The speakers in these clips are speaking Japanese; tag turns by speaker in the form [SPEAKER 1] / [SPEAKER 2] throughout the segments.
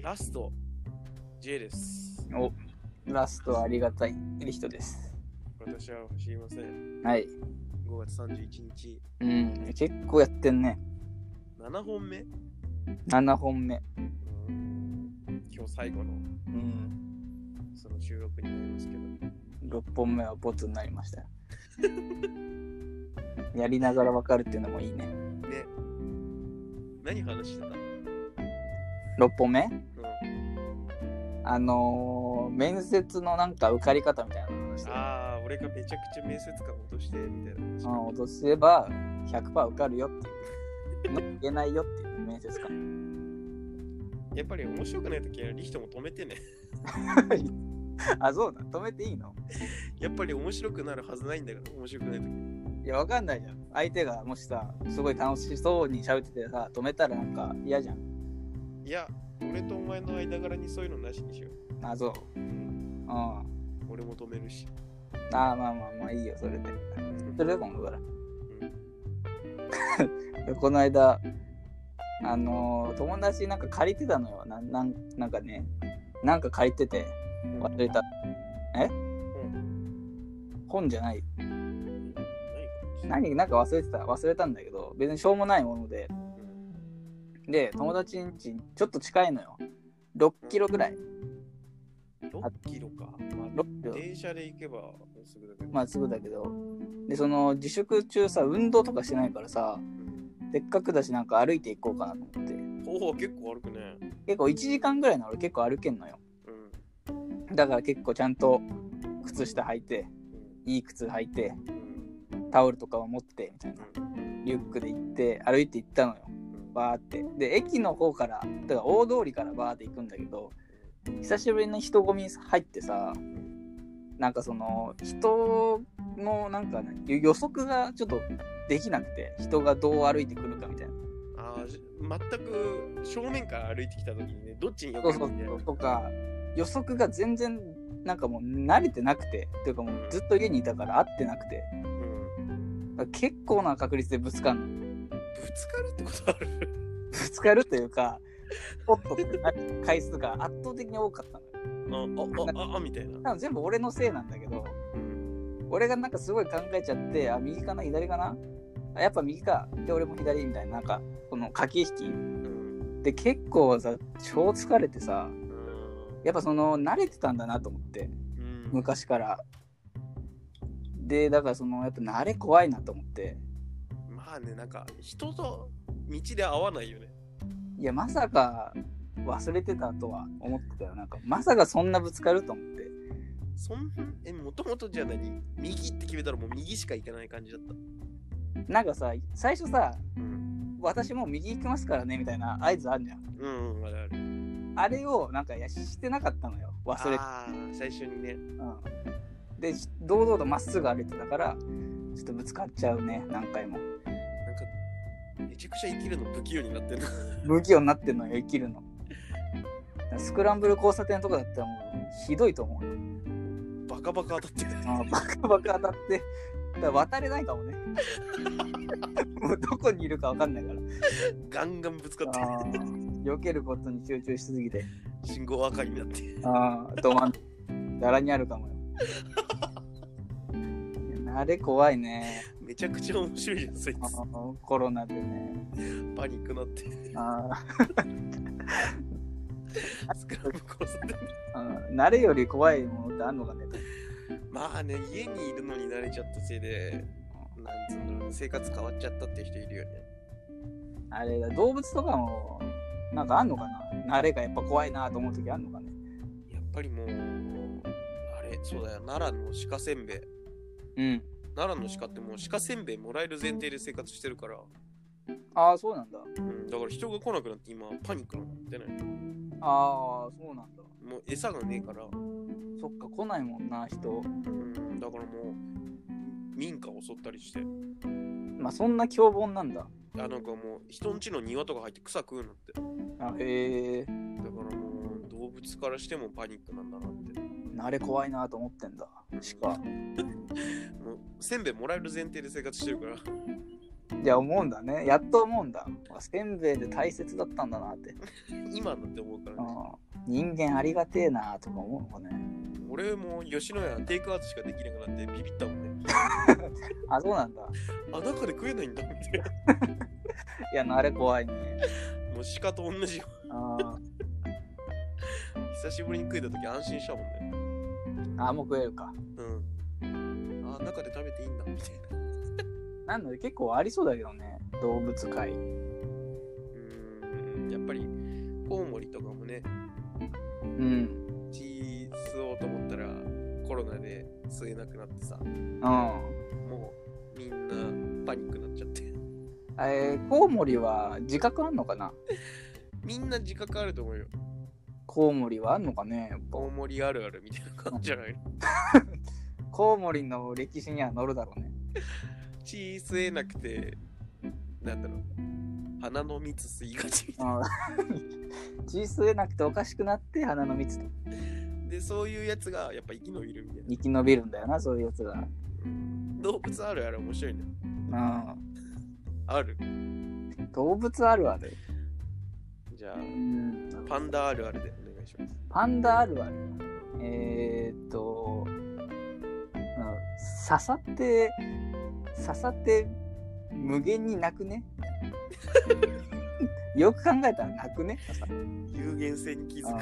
[SPEAKER 1] ラスト J です。
[SPEAKER 2] お、ラストはありがたい人です。
[SPEAKER 1] 私は知りません。
[SPEAKER 2] はい。
[SPEAKER 1] 5月31日。
[SPEAKER 2] 結構やってんね。
[SPEAKER 1] 7本目
[SPEAKER 2] 7本目。
[SPEAKER 1] 今日最後の、その収録になりますけど。
[SPEAKER 2] 6本目はボツになりましたよ。やりながら分かるっていうのもいいね。
[SPEAKER 1] ね。何話してた
[SPEAKER 2] ?6 本目、面接のなんか受かり方みたいなのをして。
[SPEAKER 1] ああ、俺がめちゃくちゃ面接官落としてみたいな話。
[SPEAKER 2] 落とせば 100% 受かるよっていう。言えないよっていう面接官。
[SPEAKER 1] やっぱり面白くないときはリヒトも止めてね。
[SPEAKER 2] あ、そうだ。止めていいの？
[SPEAKER 1] やっぱり面白くなるはずないんだから、面白くないとき。
[SPEAKER 2] いや、わかんないじゃん。相手がもしさ、すごい楽しそうに喋っててさ、止めたらなんか嫌じゃん。
[SPEAKER 1] いや、俺とお前の間柄にそういうのなしにしよう。
[SPEAKER 2] あ、そう。
[SPEAKER 1] 俺も止めるし。
[SPEAKER 2] まあいいよ、それで。それで今度から。この間、友達なんか借りてたのよ。なんかね、なんか借りてて、忘れた。本じゃない。なんか忘れたんだけど、別にしょうもないもので。で、友達ん家ちょっと近いのよ。6キロぐらい。
[SPEAKER 1] 6キロか。電車で行けばすぐだけど。
[SPEAKER 2] まあすぐだけど。で、その自粛中さ、運動とかしてないからさ、せっかくだしなんか歩いていこうかなと思って。
[SPEAKER 1] おお、結構歩くね。
[SPEAKER 2] 結構1時間ぐらいの俺結構歩けんのよ。だから結構ちゃんと靴下履いて、いい靴履いて、タオルとかを持ってみたいな。リュックで行って歩いて行ったのよ。バーって。で、駅の方から、だから大通りからバーって行くんだけど、久しぶりに人混み入ってさ、なんかその人のなんか、ね、予測がちょっとできなくて、人がどう歩いてくるかみたいな。
[SPEAKER 1] 全く正面から歩いてきた時にね、どっちによく行くんだよ。
[SPEAKER 2] そうとか予測が全然なんかもう慣れてなくて、というかもうずっと家にいたから会ってなくて、結構な確率でぶつかるの。
[SPEAKER 1] ぶつかるってことある？
[SPEAKER 2] ぶつかるというか、ポッとってなる回数が圧倒的に多かったの
[SPEAKER 1] よ。みたいな。
[SPEAKER 2] 多分全部俺のせいなんだけど、俺がなんかすごい考えちゃって、右かな左かな、やっぱ右か、で俺も左みたいな、なんかこの駆け引き、で結構さ超疲れてさ、やっぱその慣れてたんだなと思って、昔からで、だからそのやっぱ慣れ怖いなと思って。
[SPEAKER 1] まあね、なんか人と道で会わないよね。
[SPEAKER 2] いや、まさか忘れてたとは思ってたよ。なんかまさかそんなぶつかると思って。
[SPEAKER 1] もともとじゃあ何、右って決めたらもう右しか行かない感じだった？
[SPEAKER 2] なんかさ、最初さ、私もう右行きますからねみたいな合図あるじゃん。
[SPEAKER 1] ある。
[SPEAKER 2] あれをなんかしてなかったのよ。忘れて。
[SPEAKER 1] 最初にね。
[SPEAKER 2] で、堂々とまっすぐ歩いてたから、ちょっとぶつかっちゃうね、何回も。
[SPEAKER 1] なんか、めちゃくちゃ生きるの不器用になってんの。
[SPEAKER 2] 不器用になってんのよ、生きるの。スクランブル交差点とかだったらもうひどいと思うよ。
[SPEAKER 1] バカバカ当たってる。
[SPEAKER 2] バカバカ当たって。だから渡れないかもね。もうどこにいるか分かんないから。
[SPEAKER 1] ガンガンぶつかって。
[SPEAKER 2] 避けることに集中しすぎて。
[SPEAKER 1] 信号赤になって。
[SPEAKER 2] 止まん。ざらにあるかもよ。あれ怖いね。
[SPEAKER 1] めちゃくちゃ面白いじゃん、そいつ。
[SPEAKER 2] コロナでね。
[SPEAKER 1] パニックなって。スクランブル交差点。
[SPEAKER 2] 慣れより怖いものってあんのかね。
[SPEAKER 1] まあね、家にいるのに慣れちゃったせいで、なんつうの、生活変わっちゃったって人いるよね。
[SPEAKER 2] あれだ、動物とかもなんかあんのかな。慣れがやっぱ怖いなと思う時あんのかね。
[SPEAKER 1] やっぱりもうそうだよ、奈良の鹿せんべい。奈良の鹿ってもう鹿せんべいもらえる前提で生活してるから。
[SPEAKER 2] そうなんだ。
[SPEAKER 1] だから人が来なくなって今パニックなんだってね。
[SPEAKER 2] そうなんだ。
[SPEAKER 1] もう餌がねえから。
[SPEAKER 2] そっか、来ないもんな、人。
[SPEAKER 1] だからもう民家を襲ったりして。
[SPEAKER 2] まあそんな凶暴なんだ。
[SPEAKER 1] なんかもう人ん家の庭とか入って草食うのって。
[SPEAKER 2] へえ。
[SPEAKER 1] だからもう動物からしてもパニックなんだなって。
[SPEAKER 2] 慣れ怖いなと思ってんだ。
[SPEAKER 1] もうせんべいもらえる前提で生活してるから。
[SPEAKER 2] じゃあ思うんだね。やっと思うんだ。せんべいで大切だったんだなって。
[SPEAKER 1] 今になって思うからね。
[SPEAKER 2] 人間ありがてえなとか思うのかね。
[SPEAKER 1] 俺も吉野家テイクアウトしかできなくなってビビったもんね。
[SPEAKER 2] あ、そうなんだ。
[SPEAKER 1] あ、中で食えないんだみたいな。
[SPEAKER 2] いや、あれ怖いね。
[SPEAKER 1] もう鹿と同じよ。久しぶりに食えた時安心したもんね。
[SPEAKER 2] あ、もう食えるか。
[SPEAKER 1] うん。あ、中で食べていいんだみたい
[SPEAKER 2] な。なので結構ありそうだけどね、動物界。
[SPEAKER 1] やっぱりコウモリとかもね。
[SPEAKER 2] うん。
[SPEAKER 1] 血吸おうと思ったらコロナで吸えなくなってさ。もうみんなパニックになっちゃって。
[SPEAKER 2] コウモリは自覚あんのかな？
[SPEAKER 1] みんな自覚あると思うよ。
[SPEAKER 2] コウモリはあんのかね？
[SPEAKER 1] コウモリあるあるみたいな感じじゃないの？
[SPEAKER 2] コウモリの歴史には載るだろうね。
[SPEAKER 1] 血吸えなくて、なんだろう、鼻の蜜吸いがちみたいな。
[SPEAKER 2] 血吸えなくておかしくなって鼻の蜜と。
[SPEAKER 1] で、そういうやつがやっぱ生き延びるみたいな。
[SPEAKER 2] 生き延びるんだよな、そういうやつが。
[SPEAKER 1] 動物あるある面白いね。ある。
[SPEAKER 2] 動物あるある。
[SPEAKER 1] じゃあ、パンダあるあるでお願いします。
[SPEAKER 2] パンダあるある。笹って無限になくね？よく考えたらなくね？
[SPEAKER 1] 有限性に気づく。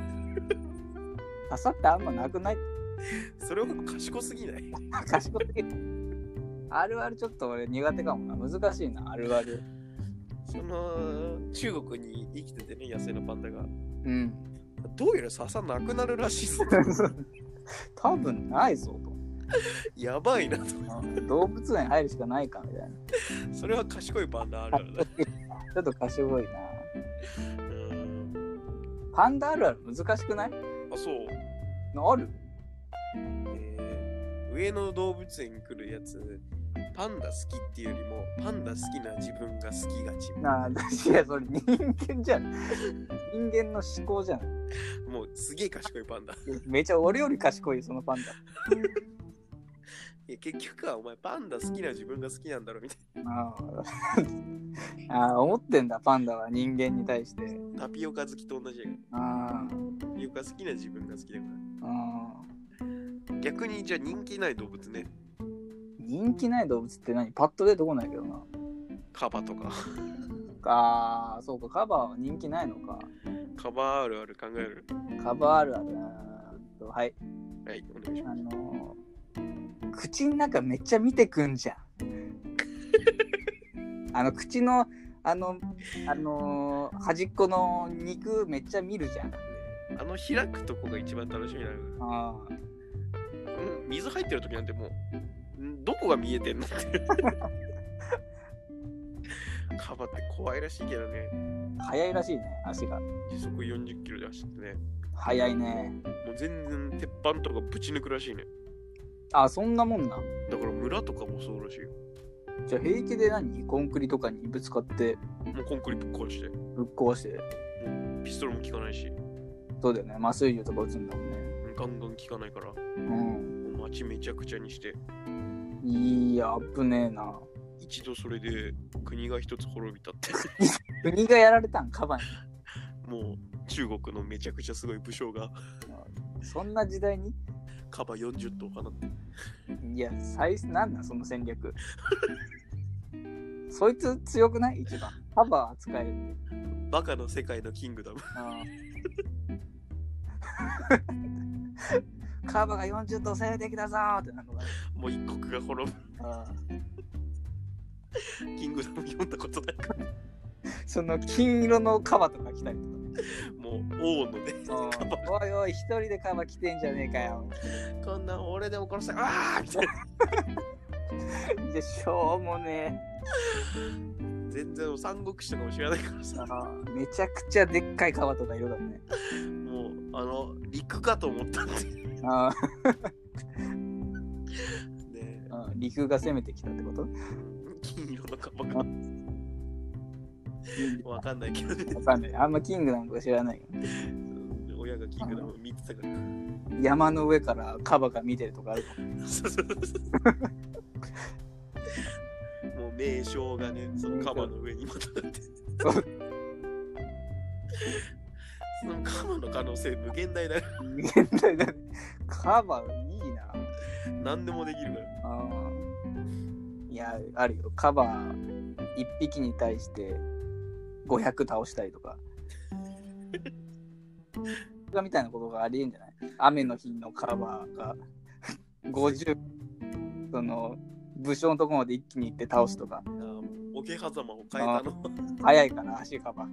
[SPEAKER 2] 笹ってあんまなくない？
[SPEAKER 1] それは賢すぎない？
[SPEAKER 2] 賢すぎる。あるあるちょっと俺苦手かもな。難しいな、あるある。
[SPEAKER 1] その中国に生きててね、野生のパンダが。どうやら笹なくなるらしいぞ。
[SPEAKER 2] 多分ないぞと。
[SPEAKER 1] やばいなと。
[SPEAKER 2] 動物園入るしかないかみたいな。
[SPEAKER 1] それは賢いパンダあるあるだ。
[SPEAKER 2] ちょっと賢いな。パンダあるある難しくない？
[SPEAKER 1] あ、そう。
[SPEAKER 2] ある？
[SPEAKER 1] 上野動物園に来るやつ、パンダ好きっていうよりもパンダ好きな自分が好きがち。
[SPEAKER 2] いや、それ人間じゃん。人間の思考じゃん。
[SPEAKER 1] もうすげえ賢いパンダ。
[SPEAKER 2] めちゃ俺より賢いよ、そのパンダ。
[SPEAKER 1] いや、結局はお前パンダ好きな自分が好きなんだろみたい
[SPEAKER 2] な。思ってんだ、パンダは人間に対して。
[SPEAKER 1] タピオカ好きと同じやから。タピオカ好きな自分が好きだから。逆にじゃあ人気ない動物ね。
[SPEAKER 2] 人気ない動物って何？パッと出てこないけどな。
[SPEAKER 1] カバとか。
[SPEAKER 2] そうか、カバは人気ないのか。
[SPEAKER 1] カバあるある考える？
[SPEAKER 2] カバあるある。はい。
[SPEAKER 1] はい、お願いします。
[SPEAKER 2] 口の中めっちゃ見てくんじゃん。口の端っこの肉めっちゃ見るじゃん。
[SPEAKER 1] 開くとこが一番楽しみなの。水入ってる時なんてもうどこが見えてんのって。カバって怖いらしいけどね。
[SPEAKER 2] 速いらしいね、足が。
[SPEAKER 1] 時速40キロで走ってね。
[SPEAKER 2] 速いね。
[SPEAKER 1] もう全然鉄板とかぶち抜くらしいね。
[SPEAKER 2] そんなもんな。
[SPEAKER 1] だから村とかもそうらしいよ。
[SPEAKER 2] じゃあ平気でコンクリとかにぶつかって
[SPEAKER 1] もうコンクリぶっ壊して。ピストルも効かないし。
[SPEAKER 2] そうだよね。麻酔銃とか撃つんだもんね。
[SPEAKER 1] ガンガン効かないから。もう街めちゃくちゃにして。
[SPEAKER 2] いや、危ねえな。
[SPEAKER 1] 一度それで国が一つ滅びたって。
[SPEAKER 2] 国がやられたん？カバに。
[SPEAKER 1] もう中国のめちゃくちゃすごい武将が。
[SPEAKER 2] そんな時代に
[SPEAKER 1] カバ40頭放って。
[SPEAKER 2] いや、なんなんその戦略。そいつ強くない？一番。カバ扱えるって。
[SPEAKER 1] バカの世界のキングダム。
[SPEAKER 2] カバが40頭攻めてきたぞーってなるのかな。
[SPEAKER 1] もう一国が滅ぶ。キングダム読んだことないから。
[SPEAKER 2] その金色のカバとか来たりとか。
[SPEAKER 1] もう王のね。
[SPEAKER 2] おいおい、一人でカバ来てんじゃねえかよ。
[SPEAKER 1] こんなん俺でも殺した。ああみたいな。
[SPEAKER 2] いや、しょうもね
[SPEAKER 1] え。全然三国志とかも知らないからさ。
[SPEAKER 2] めちゃくちゃでっかいカバとかいるからね。
[SPEAKER 1] もう陸かと思ったんで。
[SPEAKER 2] ね、陸が攻めてきたってこと？
[SPEAKER 1] 金色のカバが。わかんないけどね。
[SPEAKER 2] わかんない。あんまキングダムとか知らないよ。
[SPEAKER 1] 親がキングダム見てたから。
[SPEAKER 2] 山の上からカバが見てるとかあるかも。
[SPEAKER 1] もう名称がね、そのカバの上にまたなって。そのカバの可能性無限大だよ。
[SPEAKER 2] 無限大だね。カバいいな。
[SPEAKER 1] 何でもできるから。
[SPEAKER 2] いや、あるよ。カバ1匹に対して500倒したりとか。みたいなことがありえんじゃない？雨の日のカバーが50その武将のところまで一気に行って倒すとか。
[SPEAKER 1] 桶狭間を変えたの。
[SPEAKER 2] 早いかな、足カバー。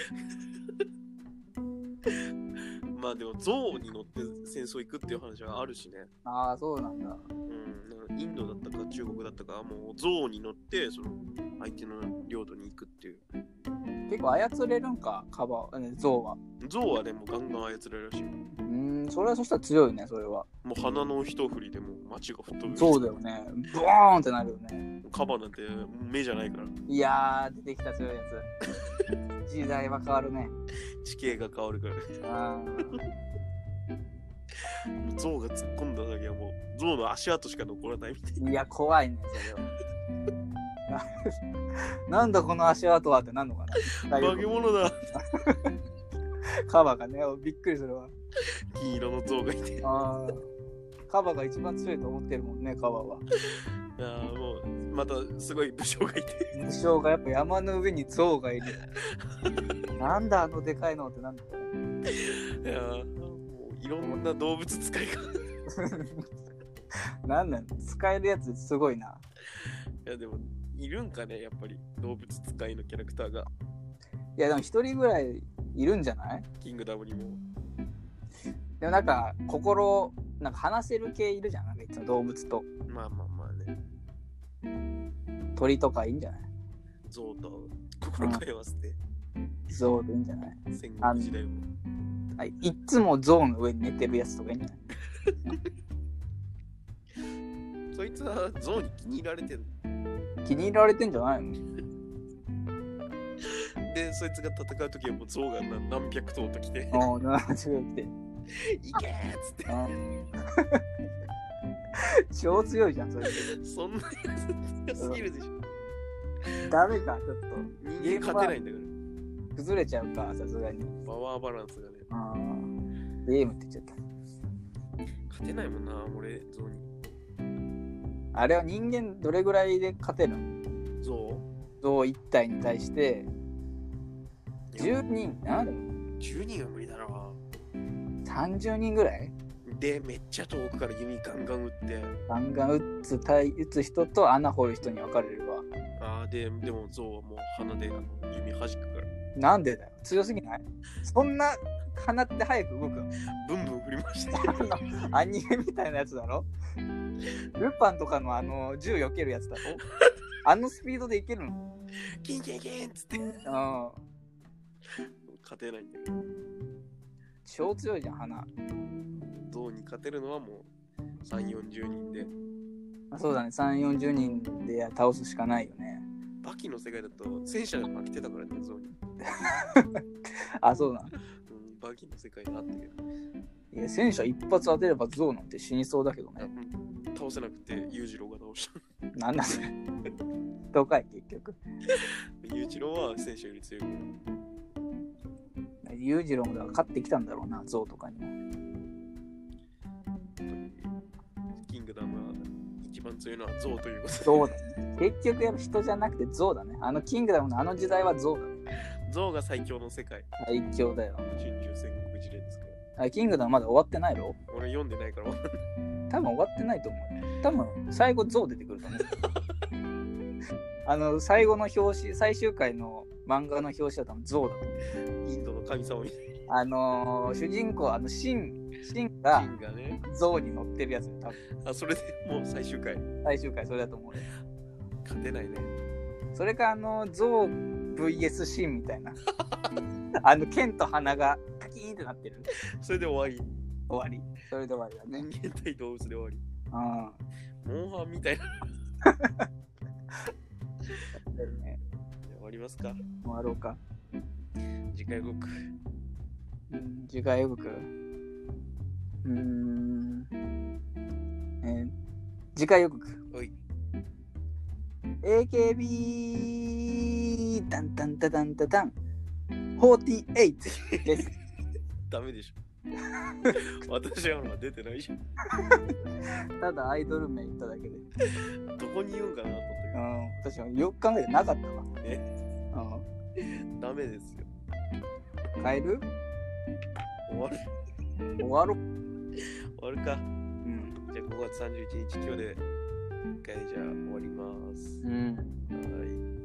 [SPEAKER 1] まあでも象に乗って戦争行くっていう話はあるしね。
[SPEAKER 2] ああ、そうなんだ。
[SPEAKER 1] インドだったか中国だったか、もう象に乗ってその相手の領土に行くっていう。
[SPEAKER 2] 結構操れるんか、カバー、象は。
[SPEAKER 1] 象はね、もうガンガン操れるらしい。
[SPEAKER 2] それはそしたら強いね、それは。
[SPEAKER 1] もう鼻の一振りでもう街が吹っ飛ぶ。
[SPEAKER 2] そうだよね。ブワーンってなるよね。
[SPEAKER 1] カバなんて目じゃないから。
[SPEAKER 2] いやー、出てきた強いやつ。時代は変わるね。
[SPEAKER 1] 地形が変わるから。象が突っ込んだ時はもう象の足跡しか残らないみたいな。
[SPEAKER 2] いや、怖いね、それは。なんだこの足跡はってなんのかな。
[SPEAKER 1] 化け物だ。
[SPEAKER 2] カバがね、びっくりするわ。
[SPEAKER 1] 金色の象がいて。
[SPEAKER 2] カバが一番強いと思ってるもんね、カバは。
[SPEAKER 1] いやもうまたすごい武将がいて。
[SPEAKER 2] 武将がやっぱ山の上に象がいる。なんだあのでかいのってなんだろうね。
[SPEAKER 1] いやもういろんな動物使いが。
[SPEAKER 2] なん使えるやつすごいな。
[SPEAKER 1] いやでもいるんかね、やっぱり動物使いのキャラクターが。
[SPEAKER 2] いやでも一人ぐらいいるんじゃない？
[SPEAKER 1] キングダムにも。
[SPEAKER 2] でもなんかなんか話せる系いるじゃん、なんかいつも動物と。
[SPEAKER 1] まあね。
[SPEAKER 2] 鳥とかいいんじゃない？
[SPEAKER 1] 象と心通わせて。
[SPEAKER 2] 象でいいんじゃない？
[SPEAKER 1] 戦国時代も。
[SPEAKER 2] いっつも象の上に寝てるやつとかいいんじゃない？
[SPEAKER 1] そいつは象に気に入られてる。
[SPEAKER 2] 気に入られてんじゃないの？
[SPEAKER 1] で、そいつが戦うときはもう象が何百頭と来て。
[SPEAKER 2] 何百頭来て。
[SPEAKER 1] いけーっつって。
[SPEAKER 2] 超強いじゃん、それ。
[SPEAKER 1] そんなやつすぎるでしょ。
[SPEAKER 2] ダメか、ちょっと。
[SPEAKER 1] 人間勝てないんだから。
[SPEAKER 2] 崩れちゃうか、さすがに。
[SPEAKER 1] パワーバランスがね。
[SPEAKER 2] ゲームって言っちゃった。
[SPEAKER 1] 勝てないもんな、俺、象に。
[SPEAKER 2] あれは人間どれぐらいで勝てるの？
[SPEAKER 1] 象
[SPEAKER 2] 1体に対して10人なんだろう
[SPEAKER 1] ？10人は無理だろ。
[SPEAKER 2] 30人ぐらい
[SPEAKER 1] で、めっちゃ遠くから弓ガンガン撃って。
[SPEAKER 2] ガンガン撃つ人と穴掘る人に分かれれば。
[SPEAKER 1] でも象はもう鼻で弓弾くから。
[SPEAKER 2] なんでだよ、強すぎない？そんな鼻って早く動くの？
[SPEAKER 1] ブンブン振りまして。
[SPEAKER 2] アニメみたいなやつだろ？ルパンとかの銃避けるやつだろ？あのスピードでいけるの？
[SPEAKER 1] キンキンキンっつって。
[SPEAKER 2] 勝
[SPEAKER 1] てないんだけど。
[SPEAKER 2] 超強いじゃん、鼻。
[SPEAKER 1] 象に勝てるのはもう3、40人で。
[SPEAKER 2] そうだね、3、40人で倒すしかないよね。
[SPEAKER 1] バキの世界だと戦車が負けてたからね、象に。
[SPEAKER 2] そうなの？
[SPEAKER 1] バキの世界にあったけど。
[SPEAKER 2] いや、戦車一発当てれば象なんて死にそうだけどね。
[SPEAKER 1] 倒せなくて裕次郎が倒した。
[SPEAKER 2] なんだそれ。どうかい結局。
[SPEAKER 1] 裕次郎は戦車より強い。
[SPEAKER 2] 裕次郎もだから勝ってきたんだろうな、象とかにも。
[SPEAKER 1] キングダムは一番強いのは象ということで。
[SPEAKER 2] 象だね。結局やっぱ人じゃなくて象だね。キングダムの時代は象だね。
[SPEAKER 1] 象が最強の世界。
[SPEAKER 2] 最強だよ。
[SPEAKER 1] 春秋戦国時代ですから。
[SPEAKER 2] キングダムまだ終わってないの？
[SPEAKER 1] 俺読んでないから。
[SPEAKER 2] 多分終わってないと思う。多分最後象出てくると思う。最後の表紙、最終回の漫画の表紙は多分象だと思う。
[SPEAKER 1] インドの神様みたい
[SPEAKER 2] な。主人公、シンが象に乗ってるやつで多分。
[SPEAKER 1] それでもう最終回。
[SPEAKER 2] 最終回、それだと思う。
[SPEAKER 1] 勝てないね。
[SPEAKER 2] それか象 VS シンみたいな。剣と鼻がカキーンってなってる。
[SPEAKER 1] それで終わり。
[SPEAKER 2] 終わり。それで終わりだね。
[SPEAKER 1] 人間対動物で終わり。モンハンみたいな。終わりますか？
[SPEAKER 2] 終わろうか。
[SPEAKER 1] 次回予告。
[SPEAKER 2] 次回予告。次回予告。
[SPEAKER 1] おい。
[SPEAKER 2] AKB ダンダンダダンダダン48です。
[SPEAKER 1] ダメでしょ。私は出てないじゃん。
[SPEAKER 2] ただアイドル名言っただけで。
[SPEAKER 1] どこに言うんかなと思
[SPEAKER 2] ったけど。私はよく考えてなかったわ。
[SPEAKER 1] ダメですよ。
[SPEAKER 2] 変える？
[SPEAKER 1] 終わる。
[SPEAKER 2] 終わろう。
[SPEAKER 1] 終わるか。じゃあ5月31日今日で一回じゃあ終わります。
[SPEAKER 2] はい。